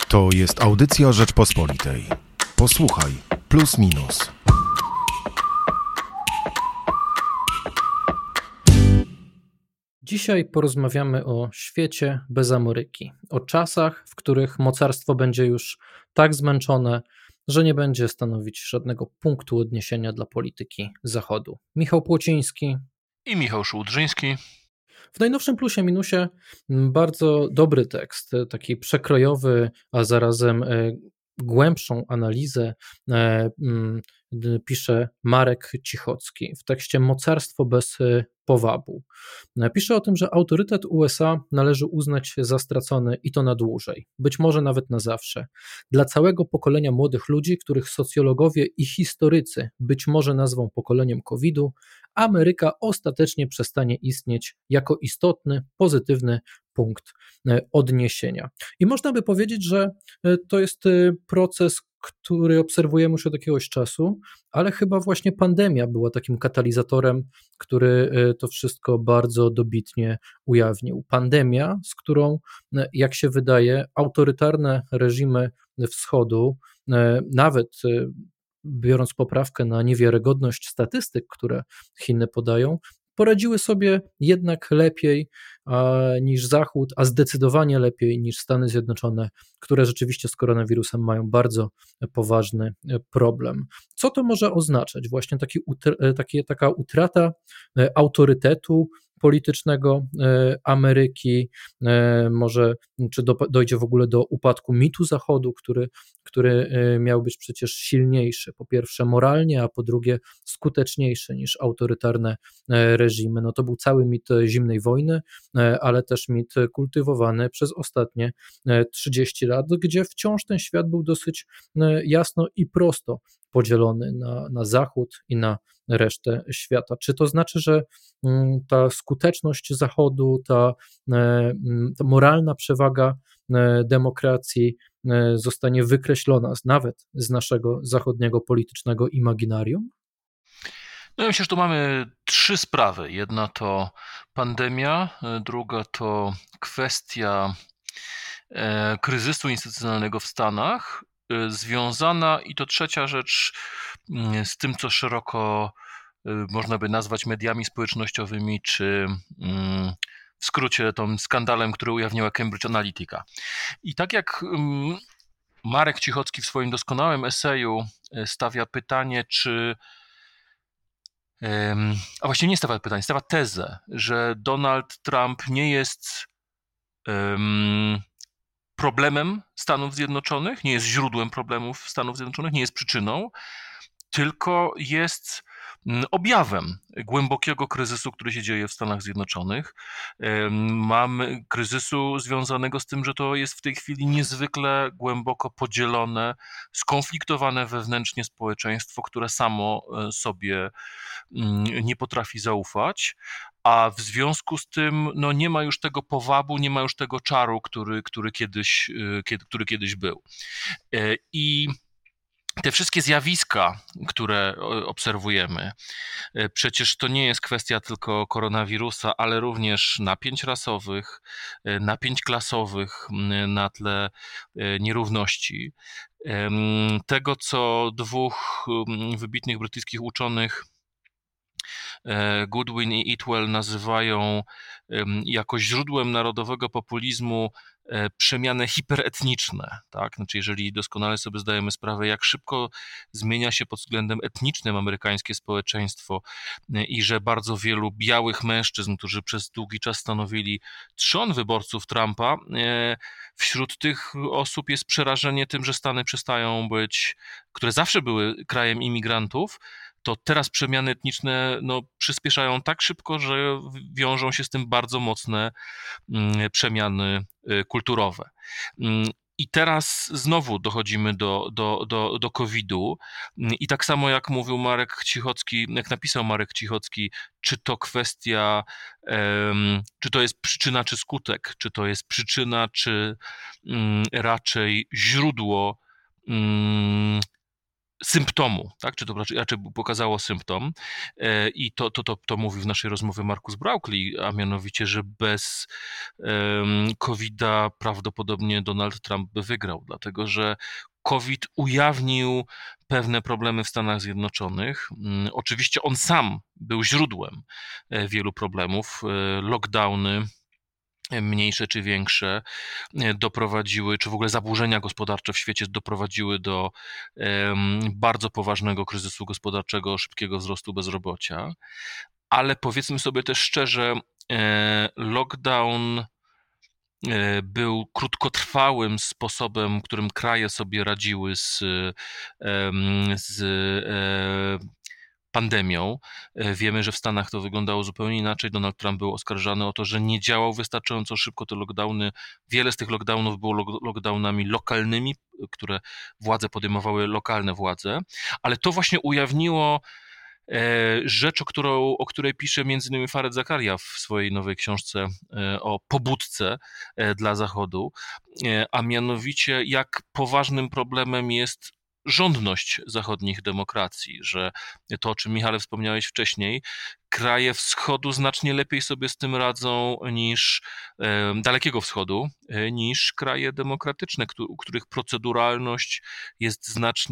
To jest audycja Rzeczpospolitej. Posłuchaj, plus minus. Dzisiaj porozmawiamy o świecie bez Ameryki, o czasach, w których mocarstwo będzie już tak zmęczone, że nie będzie stanowić żadnego punktu odniesienia dla polityki Zachodu. Michał Płociński i Michał Szułdrzyński. W najnowszym Plusie Minusie bardzo dobry tekst, taki przekrojowy, a zarazem głębszą analizę pisze Marek Cichocki w tekście Mocarstwo bez powabu. Pisze o tym, że autorytet USA należy uznać za stracony i to na dłużej, być może nawet na zawsze. Dla całego pokolenia młodych ludzi, których socjologowie i historycy być może nazwą pokoleniem COVID-u, Ameryka ostatecznie przestanie istnieć jako istotny, pozytywny punkt odniesienia. I można by powiedzieć, że to jest proces, który obserwujemy już od jakiegoś czasu, ale chyba właśnie pandemia była takim katalizatorem, który to wszystko bardzo dobitnie ujawnił. Pandemia, z którą, jak się wydaje, autorytarne reżimy Wschodu, nawet biorąc poprawkę na niewiarygodność statystyk, które Chiny podają, poradziły sobie jednak lepiej niż Zachód, a zdecydowanie lepiej niż Stany Zjednoczone, które rzeczywiście z koronawirusem mają bardzo poważny problem. Co to może oznaczać? Właśnie taka utrata autorytetu politycznego Ameryki, może czy dojdzie w ogóle do upadku mitu Zachodu, który miał być przecież silniejszy, po pierwsze moralnie, a po drugie skuteczniejszy niż autorytarne reżimy. No to był cały mit zimnej wojny, ale też mit kultywowany przez ostatnie 30 lat, gdzie wciąż ten świat był dosyć jasno i prosto podzielony na Zachód i na resztę świata. Czy to znaczy, że ta skuteczność Zachodu, ta moralna przewaga demokracji zostanie wykreślona nawet z naszego zachodniego politycznego imaginarium? No ja myślę, że tu mamy trzy sprawy. Jedna to pandemia, druga to kwestia kryzysu instytucjonalnego w Stanach, związana i to trzecia rzecz z tym, co szeroko można by nazwać mediami społecznościowymi, czy w skrócie tym skandalem, który ujawniła Cambridge Analytica. I tak jak Marek Cichocki w swoim doskonałym eseju stawia pytanie, czy a właściwie nie stawia pytanie, stawia tezę, że Donald Trump nie jest problemem Stanów Zjednoczonych, nie jest źródłem problemów Stanów Zjednoczonych, nie jest przyczyną, tylko jest objawem głębokiego kryzysu, który się dzieje w Stanach Zjednoczonych. Mamy kryzysu związanego z tym, że to jest w tej chwili niezwykle głęboko podzielone, skonfliktowane wewnętrznie społeczeństwo, które samo sobie nie potrafi zaufać, a w związku z tym no, nie ma już tego powabu, nie ma już tego czaru, który kiedyś był. I te wszystkie zjawiska, które obserwujemy, przecież to nie jest kwestia tylko koronawirusa, ale również napięć rasowych, napięć klasowych na tle nierówności. Tego, co dwóch wybitnych brytyjskich uczonych, Goodwin i Itwell, nazywają jako źródłem narodowego populizmu przemiany hiperetniczne, tak? Znaczy, jeżeli doskonale sobie zdajemy sprawę, jak szybko zmienia się pod względem etnicznym amerykańskie społeczeństwo i że bardzo wielu białych mężczyzn, którzy przez długi czas stanowili trzon wyborców Trumpa, wśród tych osób jest przerażenie tym, że Stany przestają być, które zawsze były krajem imigrantów, to teraz przemiany etniczne przyspieszają tak szybko, że wiążą się z tym bardzo mocne przemiany kulturowe. I teraz znowu dochodzimy do COVID-u i tak samo jak mówił Marek Cichocki, jak napisał Marek Cichocki, czy to kwestia, czy to jest przyczyna, czy skutek, czy to jest przyczyna, czy raczej źródło symptomu, tak? Czy to raczej pokazało symptom i to mówi w naszej rozmowie Marcus Brownlee, a mianowicie, że bez COVID-a prawdopodobnie Donald Trump by wygrał, dlatego że COVID ujawnił pewne problemy w Stanach Zjednoczonych. Oczywiście on sam był źródłem wielu problemów. Lockdowny, mniejsze czy większe, doprowadziły, czy w ogóle zaburzenia gospodarcze w świecie doprowadziły do bardzo poważnego kryzysu gospodarczego, szybkiego wzrostu bezrobocia. Ale powiedzmy sobie też szczerze, lockdown był krótkotrwałym sposobem, którym kraje sobie radziły z pandemią. Wiemy, że w Stanach to wyglądało zupełnie inaczej. Donald Trump był oskarżany o to, że nie działał wystarczająco szybko te lockdowny. Wiele z tych lockdownów było lockdownami lokalnymi, które władze podejmowały, lokalne władze, ale to właśnie ujawniło rzecz, o której pisze m.in. Fareed Zakaria w swojej nowej książce o pobudce dla Zachodu, a mianowicie jak poważnym problemem jest rządność zachodnich demokracji, że to, o czym Michale wspomniałeś wcześniej, kraje wschodu znacznie lepiej sobie z tym radzą niż Dalekiego Wschodu, niż kraje demokratyczne, u których proceduralność jest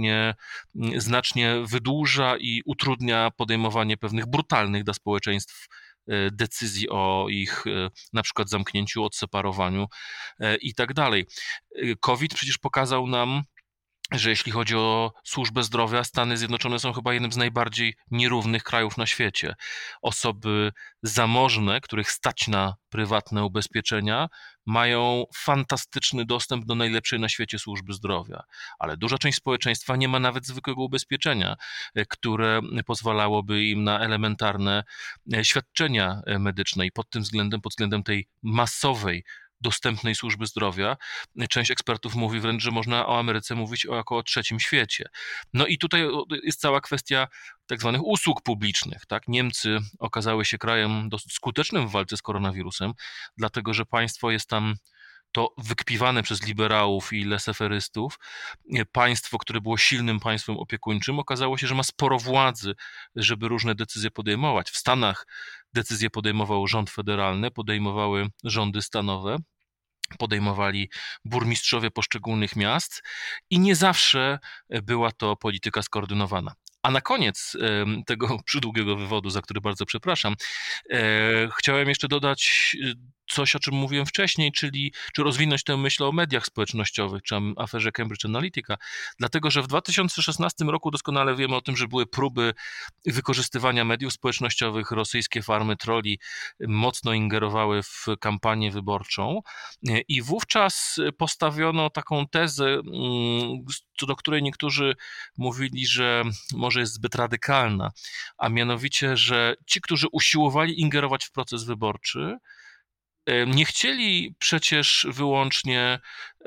znacznie wydłuża i utrudnia podejmowanie pewnych brutalnych dla społeczeństw decyzji o ich na przykład zamknięciu, odseparowaniu i tak dalej. COVID przecież pokazał nam, że jeśli chodzi o służbę zdrowia, Stany Zjednoczone są chyba jednym z najbardziej nierównych krajów na świecie. Osoby zamożne, których stać na prywatne ubezpieczenia, mają fantastyczny dostęp do najlepszej na świecie służby zdrowia, ale duża część społeczeństwa nie ma nawet zwykłego ubezpieczenia, które pozwalałoby im na elementarne świadczenia medyczne i pod tym względem, pod względem tej masowej dostępnej służby zdrowia. Część ekspertów mówi wręcz, że można o Ameryce mówić jako o trzecim świecie. No i tutaj jest cała kwestia tak zwanych usług publicznych. Tak? Niemcy okazały się krajem dosyć skutecznym w walce z koronawirusem, dlatego że państwo jest tam to wykpiwane przez liberałów i leseferystów, państwo, które było silnym państwem opiekuńczym, okazało się, że ma sporo władzy, żeby różne decyzje podejmować. W Stanach decyzje podejmował rząd federalny, podejmowały rządy stanowe, podejmowali burmistrzowie poszczególnych miast i nie zawsze była to polityka skoordynowana. A na koniec tego przydługiego wywodu, za który bardzo przepraszam, chciałem jeszcze dodać coś, o czym mówiłem wcześniej, czy rozwinąć tę myśl o mediach społecznościowych, czy aferze Cambridge Analytica, dlatego że w 2016 roku doskonale wiemy o tym, że były próby wykorzystywania mediów społecznościowych, rosyjskie farmy trolli mocno ingerowały w kampanię wyborczą i wówczas postawiono taką tezę, co do której niektórzy mówili, że może jest zbyt radykalna, a mianowicie, że ci, którzy usiłowali ingerować w proces wyborczy, nie chcieli przecież wyłącznie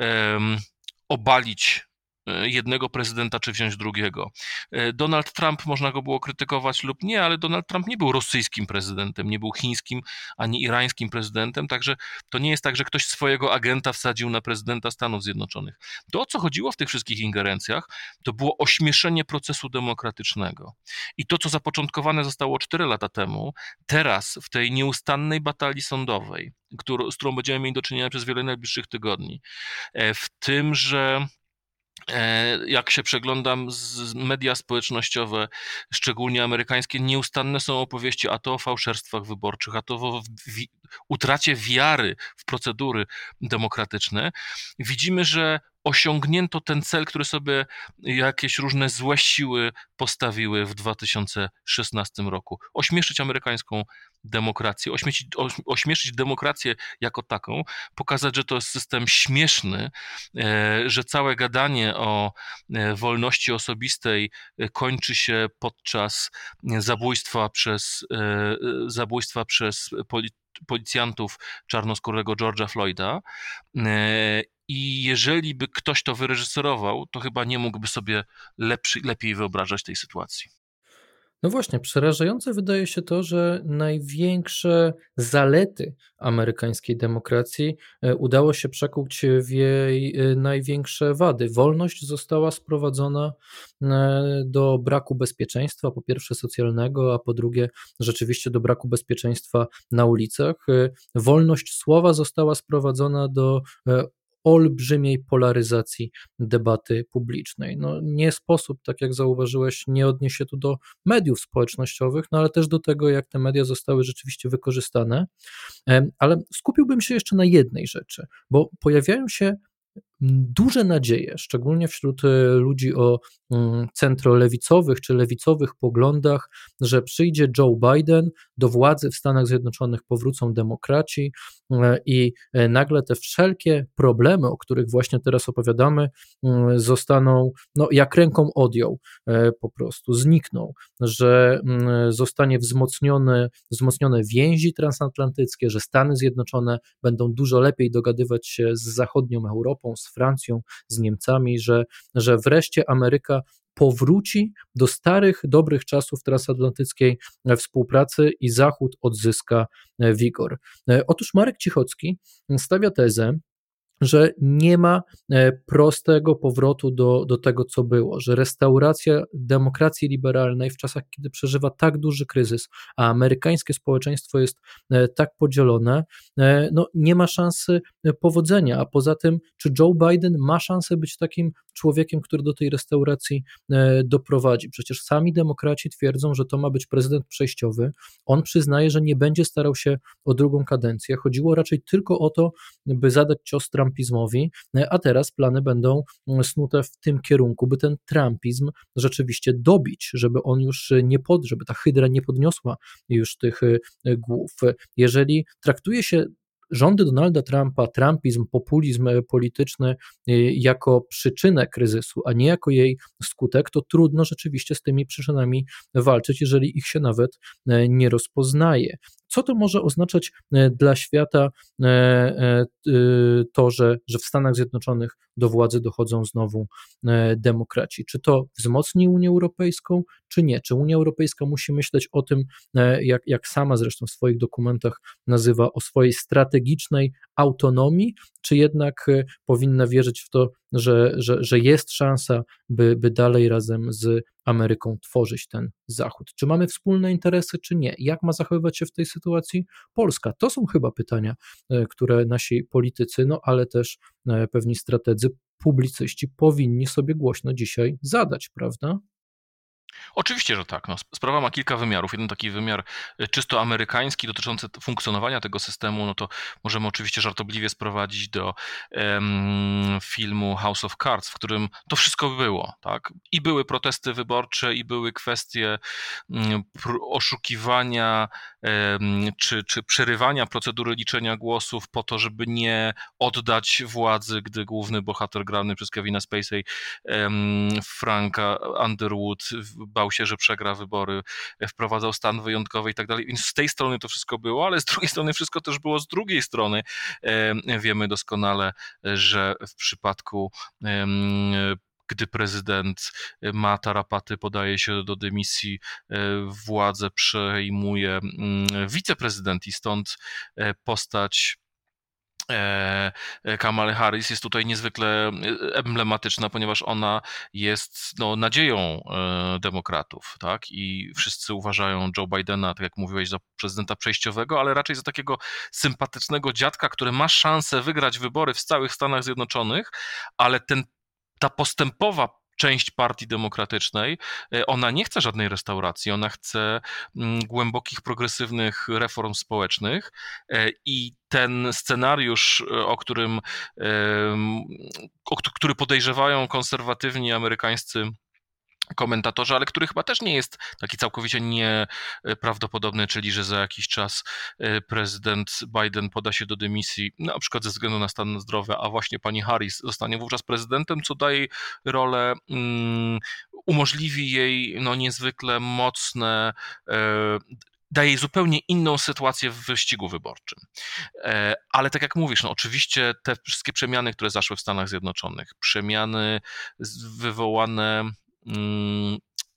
obalić jednego prezydenta czy wziąć drugiego. Donald Trump, można go było krytykować lub nie, ale Donald Trump nie był rosyjskim prezydentem, nie był chińskim ani irańskim prezydentem, także to nie jest tak, że ktoś swojego agenta wsadził na prezydenta Stanów Zjednoczonych. To, o co chodziło w tych wszystkich ingerencjach, to było ośmieszenie procesu demokratycznego. I to, co zapoczątkowane zostało 4 lata temu, teraz w tej nieustannej batalii sądowej, z którą będziemy mieli do czynienia przez wiele najbliższych tygodni, w tym, że jak się przeglądam z media społecznościowe, szczególnie amerykańskie, nieustanne są opowieści a to o fałszerstwach wyborczych, a to o utracie wiary w procedury demokratyczne. Widzimy, że osiągnięto ten cel, który sobie jakieś różne złe siły postawiły w 2016 roku. Ośmieszyć amerykańską demokrację, ośmieszyć demokrację jako taką, pokazać, że to jest system śmieszny, że całe gadanie o wolności osobistej kończy się podczas zabójstwa przez policjantów czarnoskórego George'a Floyda. I jeżeli by ktoś to wyreżyserował, to chyba nie mógłby sobie lepiej wyobrażać tej sytuacji. No właśnie, przerażające wydaje się to, że największe zalety amerykańskiej demokracji udało się przekuć w jej największe wady. Wolność została sprowadzona do braku bezpieczeństwa, po pierwsze socjalnego, a po drugie rzeczywiście do braku bezpieczeństwa na ulicach. Wolność słowa została sprowadzona do olbrzymiej polaryzacji debaty publicznej. No, nie sposób, tak jak zauważyłeś, nie odnieść się tu do mediów społecznościowych, no ale też do tego, jak te media zostały rzeczywiście wykorzystane. Ale skupiłbym się jeszcze na jednej rzeczy, bo pojawiają się duże nadzieje, szczególnie wśród ludzi o centrolewicowych czy lewicowych poglądach, że przyjdzie Joe Biden, do władzy w Stanach Zjednoczonych powrócą demokraci i nagle te wszelkie problemy, o których właśnie teraz opowiadamy, zostaną, no jak ręką odjął, po prostu znikną, że zostanie wzmocnione więzi transatlantyckie, że Stany Zjednoczone będą dużo lepiej dogadywać się z zachodnią Europą, z Francją, z Niemcami, że wreszcie Ameryka powróci do starych, dobrych czasów transatlantyckiej współpracy i Zachód odzyska wigor. Otóż Marek Cichocki stawia tezę, że nie ma prostego powrotu do tego, co było, że restauracja demokracji liberalnej w czasach, kiedy przeżywa tak duży kryzys, a amerykańskie społeczeństwo jest tak podzielone, no nie ma szansy powodzenia, a poza tym, czy Joe Biden ma szansę być takim człowiekiem, który do tej restauracji doprowadzi? Przecież sami demokraci twierdzą, że to ma być prezydent przejściowy. On przyznaje, że nie będzie starał się o drugą kadencję. Chodziło raczej tylko o to, by zadać cios trumpizmowi, a teraz plany będą snute w tym kierunku, by ten trumpizm rzeczywiście dobić, żeby on już żeby ta hydra nie podniosła już tych głów. Jeżeli traktuje się rządy Donalda Trumpa, trumpizm, populizm polityczny jako przyczynę kryzysu, a nie jako jej skutek, to trudno rzeczywiście z tymi przyczynami walczyć, jeżeli ich się nawet nie rozpoznaje. Co to może oznaczać dla świata to, że w Stanach Zjednoczonych do władzy dochodzą znowu demokraci? Czy to wzmocni Unię Europejską, czy nie? Czy Unia Europejska musi myśleć o tym, jak sama zresztą w swoich dokumentach nazywa, o swojej strategicznej autonomii, czy jednak powinna wierzyć w to, że jest szansa, by dalej razem z Ameryką tworzyć ten Zachód? Czy mamy wspólne interesy, czy nie? Jak ma zachowywać się w tej sytuacji Polska? To są chyba pytania, które nasi politycy, no ale też pewni strategzy, publicyści powinni sobie głośno dzisiaj zadać, prawda? Oczywiście, że tak. No, sprawa ma kilka wymiarów. Jeden taki wymiar czysto amerykański, dotyczący funkcjonowania tego systemu, no to możemy oczywiście żartobliwie sprowadzić do filmu House of Cards, w którym to wszystko było, tak? I były protesty wyborcze, i były kwestie oszukiwania czy przerywania procedury liczenia głosów po to, żeby nie oddać władzy, gdy główny bohater grany przez Kevina Spacey, Franka Underwood, bał się, że przegra wybory, wprowadzał stan wyjątkowy i tak dalej, więc z tej strony to wszystko było, ale z drugiej strony wszystko też było z drugiej strony. Wiemy doskonale, że w przypadku gdy prezydent ma tarapaty, podaje się do dymisji, władzę przejmuje wiceprezydent i stąd postać Kamala Harris jest tutaj niezwykle emblematyczna, ponieważ ona jest nadzieją demokratów, tak? I wszyscy uważają Joe Bidena, tak jak mówiłeś, za prezydenta przejściowego, ale raczej za takiego sympatycznego dziadka, który ma szansę wygrać wybory w całych Stanach Zjednoczonych, ale ta postępowa część Partii Demokratycznej, ona nie chce żadnej restauracji, ona chce głębokich, progresywnych reform społecznych i ten scenariusz, który podejrzewają konserwatywni amerykańscy komentatorzy, ale który chyba też nie jest taki całkowicie nieprawdopodobny, czyli że za jakiś czas prezydent Biden poda się do dymisji, na przykład ze względu na stan zdrowia, a właśnie pani Harris zostanie wówczas prezydentem, co daje rolę, umożliwi jej niezwykle mocne, daje jej zupełnie inną sytuację w wyścigu wyborczym. Ale tak jak mówisz, oczywiście te wszystkie przemiany, które zaszły w Stanach Zjednoczonych, przemiany wywołane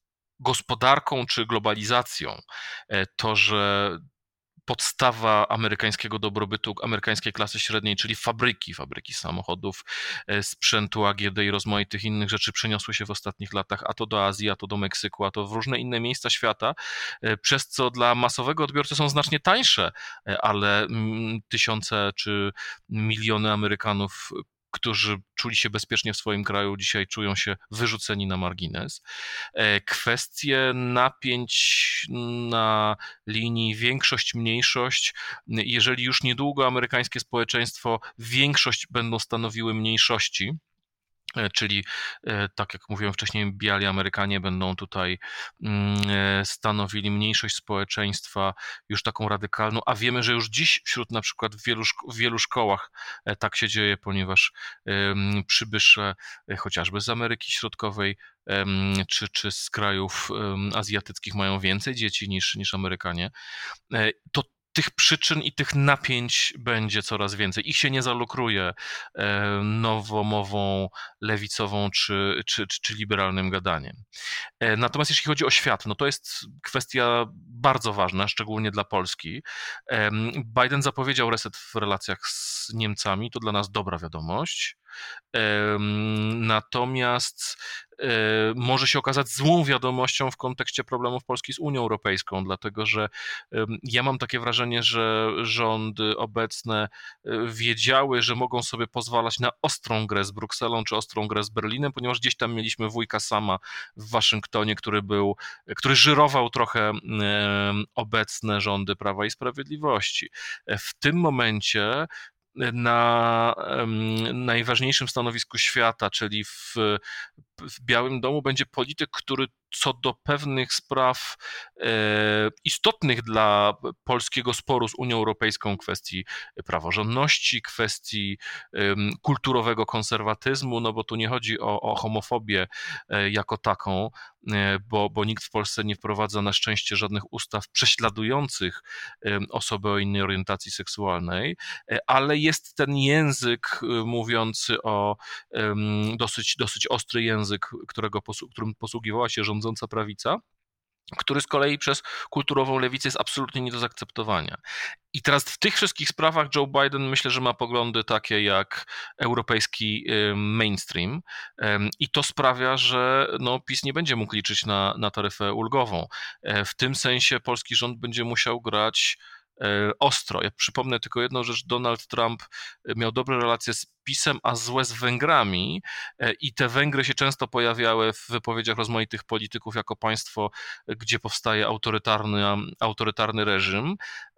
gospodarką czy globalizacją, to, że podstawa amerykańskiego dobrobytu, amerykańskiej klasy średniej, czyli fabryki samochodów, sprzętu AGD i rozmaitych innych rzeczy przeniosły się w ostatnich latach, a to do Azji, a to do Meksyku, a to w różne inne miejsca świata, przez co dla masowego odbiorcy są znacznie tańsze, ale tysiące czy miliony Amerykanów, którzy czuli się bezpiecznie w swoim kraju, dzisiaj czują się wyrzuceni na margines. Kwestie napięć na linii większość-mniejszość, jeżeli już niedługo amerykańskie społeczeństwo większość będą stanowiły mniejszości, czyli tak jak mówiłem wcześniej, biali Amerykanie będą tutaj stanowili mniejszość społeczeństwa już taką radykalną, a wiemy, że już dziś wśród na przykład w wielu szkołach tak się dzieje, ponieważ przybysze chociażby z Ameryki Środkowej czy z krajów azjatyckich mają więcej dzieci niż Amerykanie, to tych przyczyn i tych napięć będzie coraz więcej. Ich się nie zalukruje nowomową, lewicową czy liberalnym gadaniem. Natomiast jeśli chodzi o świat, no to jest kwestia bardzo ważna, szczególnie dla Polski. Biden zapowiedział reset w relacjach z Niemcami, to dla nas dobra wiadomość. Natomiast może się okazać złą wiadomością w kontekście problemów Polski z Unią Europejską, dlatego że ja mam takie wrażenie, że rządy obecne wiedziały, że mogą sobie pozwalać na ostrą grę z Brukselą czy ostrą grę z Berlinem, ponieważ gdzieś tam mieliśmy wujka Sama w Waszyngtonie, który żyrował trochę obecne rządy Prawa i Sprawiedliwości. W tym momencie na najważniejszym stanowisku świata, czyli w Białym Domu, będzie polityk, który co do pewnych spraw istotnych dla polskiego sporu z Unią Europejską, kwestii praworządności, kwestii kulturowego konserwatyzmu, no bo tu nie chodzi o homofobię jako taką, bo nikt w Polsce nie wprowadza na szczęście żadnych ustaw prześladujących osoby o innej orientacji seksualnej, ale jest ten język mówiący o dosyć ostry język, którym posługiwała się rządząca prawica, który z kolei przez kulturową lewicę jest absolutnie nie do zaakceptowania. I teraz w tych wszystkich sprawach Joe Biden myślę, że ma poglądy takie jak europejski mainstream i to sprawia, że PiS nie będzie mógł liczyć na taryfę ulgową. W tym sensie polski rząd będzie musiał grać ostro. Ja przypomnę tylko jedną rzecz, Donald Trump miał dobre relacje z PiS-em, a złe z Węgrami i te Węgry się często pojawiały w wypowiedziach rozmaitych polityków jako państwo, gdzie powstaje autorytarny reżim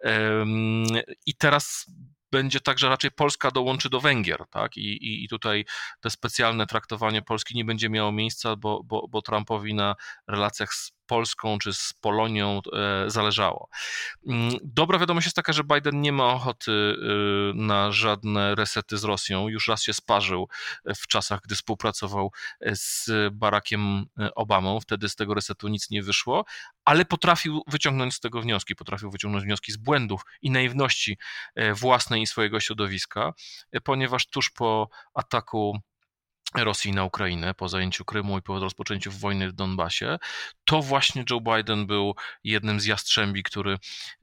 i teraz będzie tak, że raczej Polska dołączy do Węgier, tak? I tutaj te specjalne traktowanie Polski nie będzie miało miejsca, bo Trumpowi na relacjach z Polską czy z Polonią zależało. Dobra wiadomość jest taka, że Biden nie ma ochoty na żadne resety z Rosją. Już raz się sparzył w czasach, gdy współpracował z Barackiem Obamą. Wtedy z tego resetu nic nie wyszło, ale potrafił wyciągnąć z tego wnioski. Potrafił wyciągnąć wnioski z błędów i naiwności własnej i swojego środowiska, ponieważ tuż po ataku Rosji na Ukrainę, po zajęciu Krymu i po rozpoczęciu wojny w Donbasie, to właśnie Joe Biden był jednym z jastrzębi, który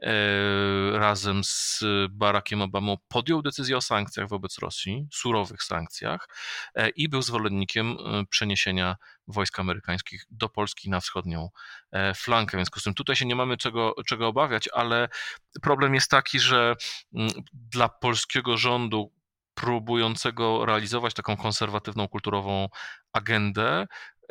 razem z Barackiem Obamą podjął decyzję o sankcjach wobec Rosji, surowych sankcjach i był zwolennikiem przeniesienia wojsk amerykańskich do Polski na wschodnią flankę. W związku z tym tutaj się nie mamy czego obawiać, ale problem jest taki, że dla polskiego rządu próbującego realizować taką konserwatywną, kulturową agendę,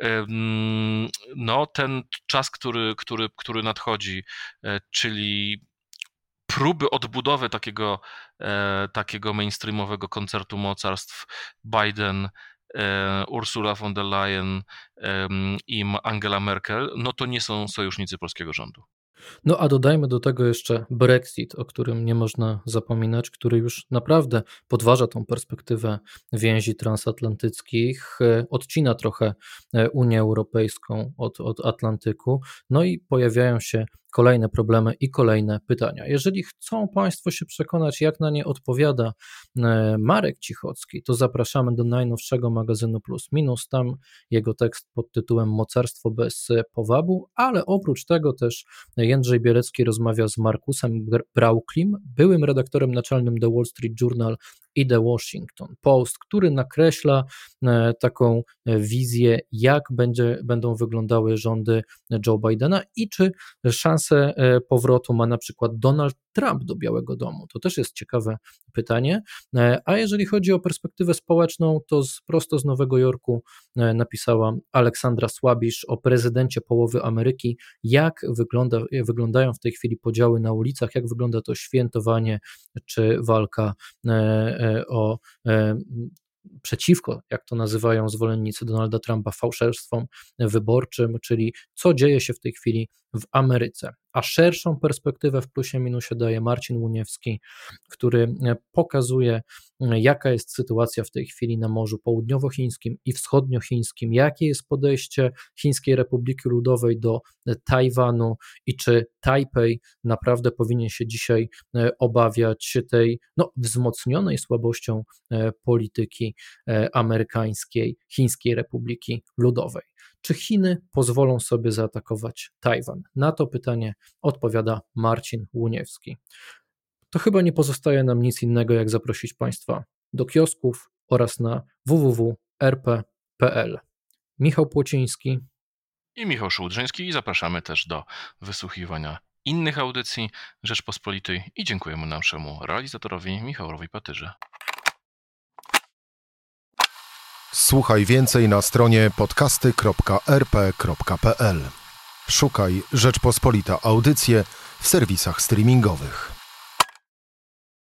ten czas, który nadchodzi, czyli próby odbudowy takiego mainstreamowego koncertu mocarstw Biden, Ursula von der Leyen i Angela Merkel, to nie są sojusznicy polskiego rządu. No a dodajmy do tego jeszcze Brexit, o którym nie można zapominać, który już naprawdę podważa tą perspektywę więzi transatlantyckich, odcina trochę Unię Europejską od Atlantyku, no i pojawiają się kolejne problemy i kolejne pytania. Jeżeli chcą Państwo się przekonać, jak na nie odpowiada Marek Cichocki, to zapraszamy do najnowszego magazynu Plus Minus. Tam jego tekst pod tytułem Mocarstwo bez powabu, ale oprócz tego też Jędrzej Bielecki rozmawia z Markusem Brauklim, byłym redaktorem naczelnym The Wall Street Journal i The Washington Post, który nakreśla taką wizję, jak będą wyglądały rządy Joe Bidena i czy szansę powrotu ma na przykład Donald Trump do Białego Domu. To też jest ciekawe pytanie. A jeżeli chodzi o perspektywę społeczną, to prosto z Nowego Jorku napisała Aleksandra Słabisz o prezydencie połowy Ameryki, jak wyglądają w tej chwili podziały na ulicach, jak wygląda to świętowanie czy walka przeciwko, jak to nazywają zwolennicy Donalda Trumpa, fałszerstwom wyborczym, czyli co dzieje się w tej chwili w Ameryce. A szerszą perspektywę w plusie minusie daje Marcin Łuniewski, który pokazuje, jaka jest sytuacja w tej chwili na Morzu Południowochińskim i Wschodniochińskim, jakie jest podejście Chińskiej Republiki Ludowej do Tajwanu i czy Tajpej naprawdę powinien się dzisiaj obawiać tej wzmocnionej słabością polityki amerykańskiej Chińskiej Republiki Ludowej. Czy Chiny pozwolą sobie zaatakować Tajwan? Na to pytanie odpowiada Marcin Łuniewski. To chyba nie pozostaje nam nic innego, jak zaprosić Państwa do kiosków oraz na www.rp.pl. Michał Płociński i Michał Szułdrzyński i zapraszamy też do wysłuchiwania innych audycji Rzeczpospolitej i dziękujemy naszemu realizatorowi Michałowi Patyrze. Słuchaj więcej na stronie podcasty.rp.pl. Szukaj Rzeczpospolita Audycje w serwisach streamingowych.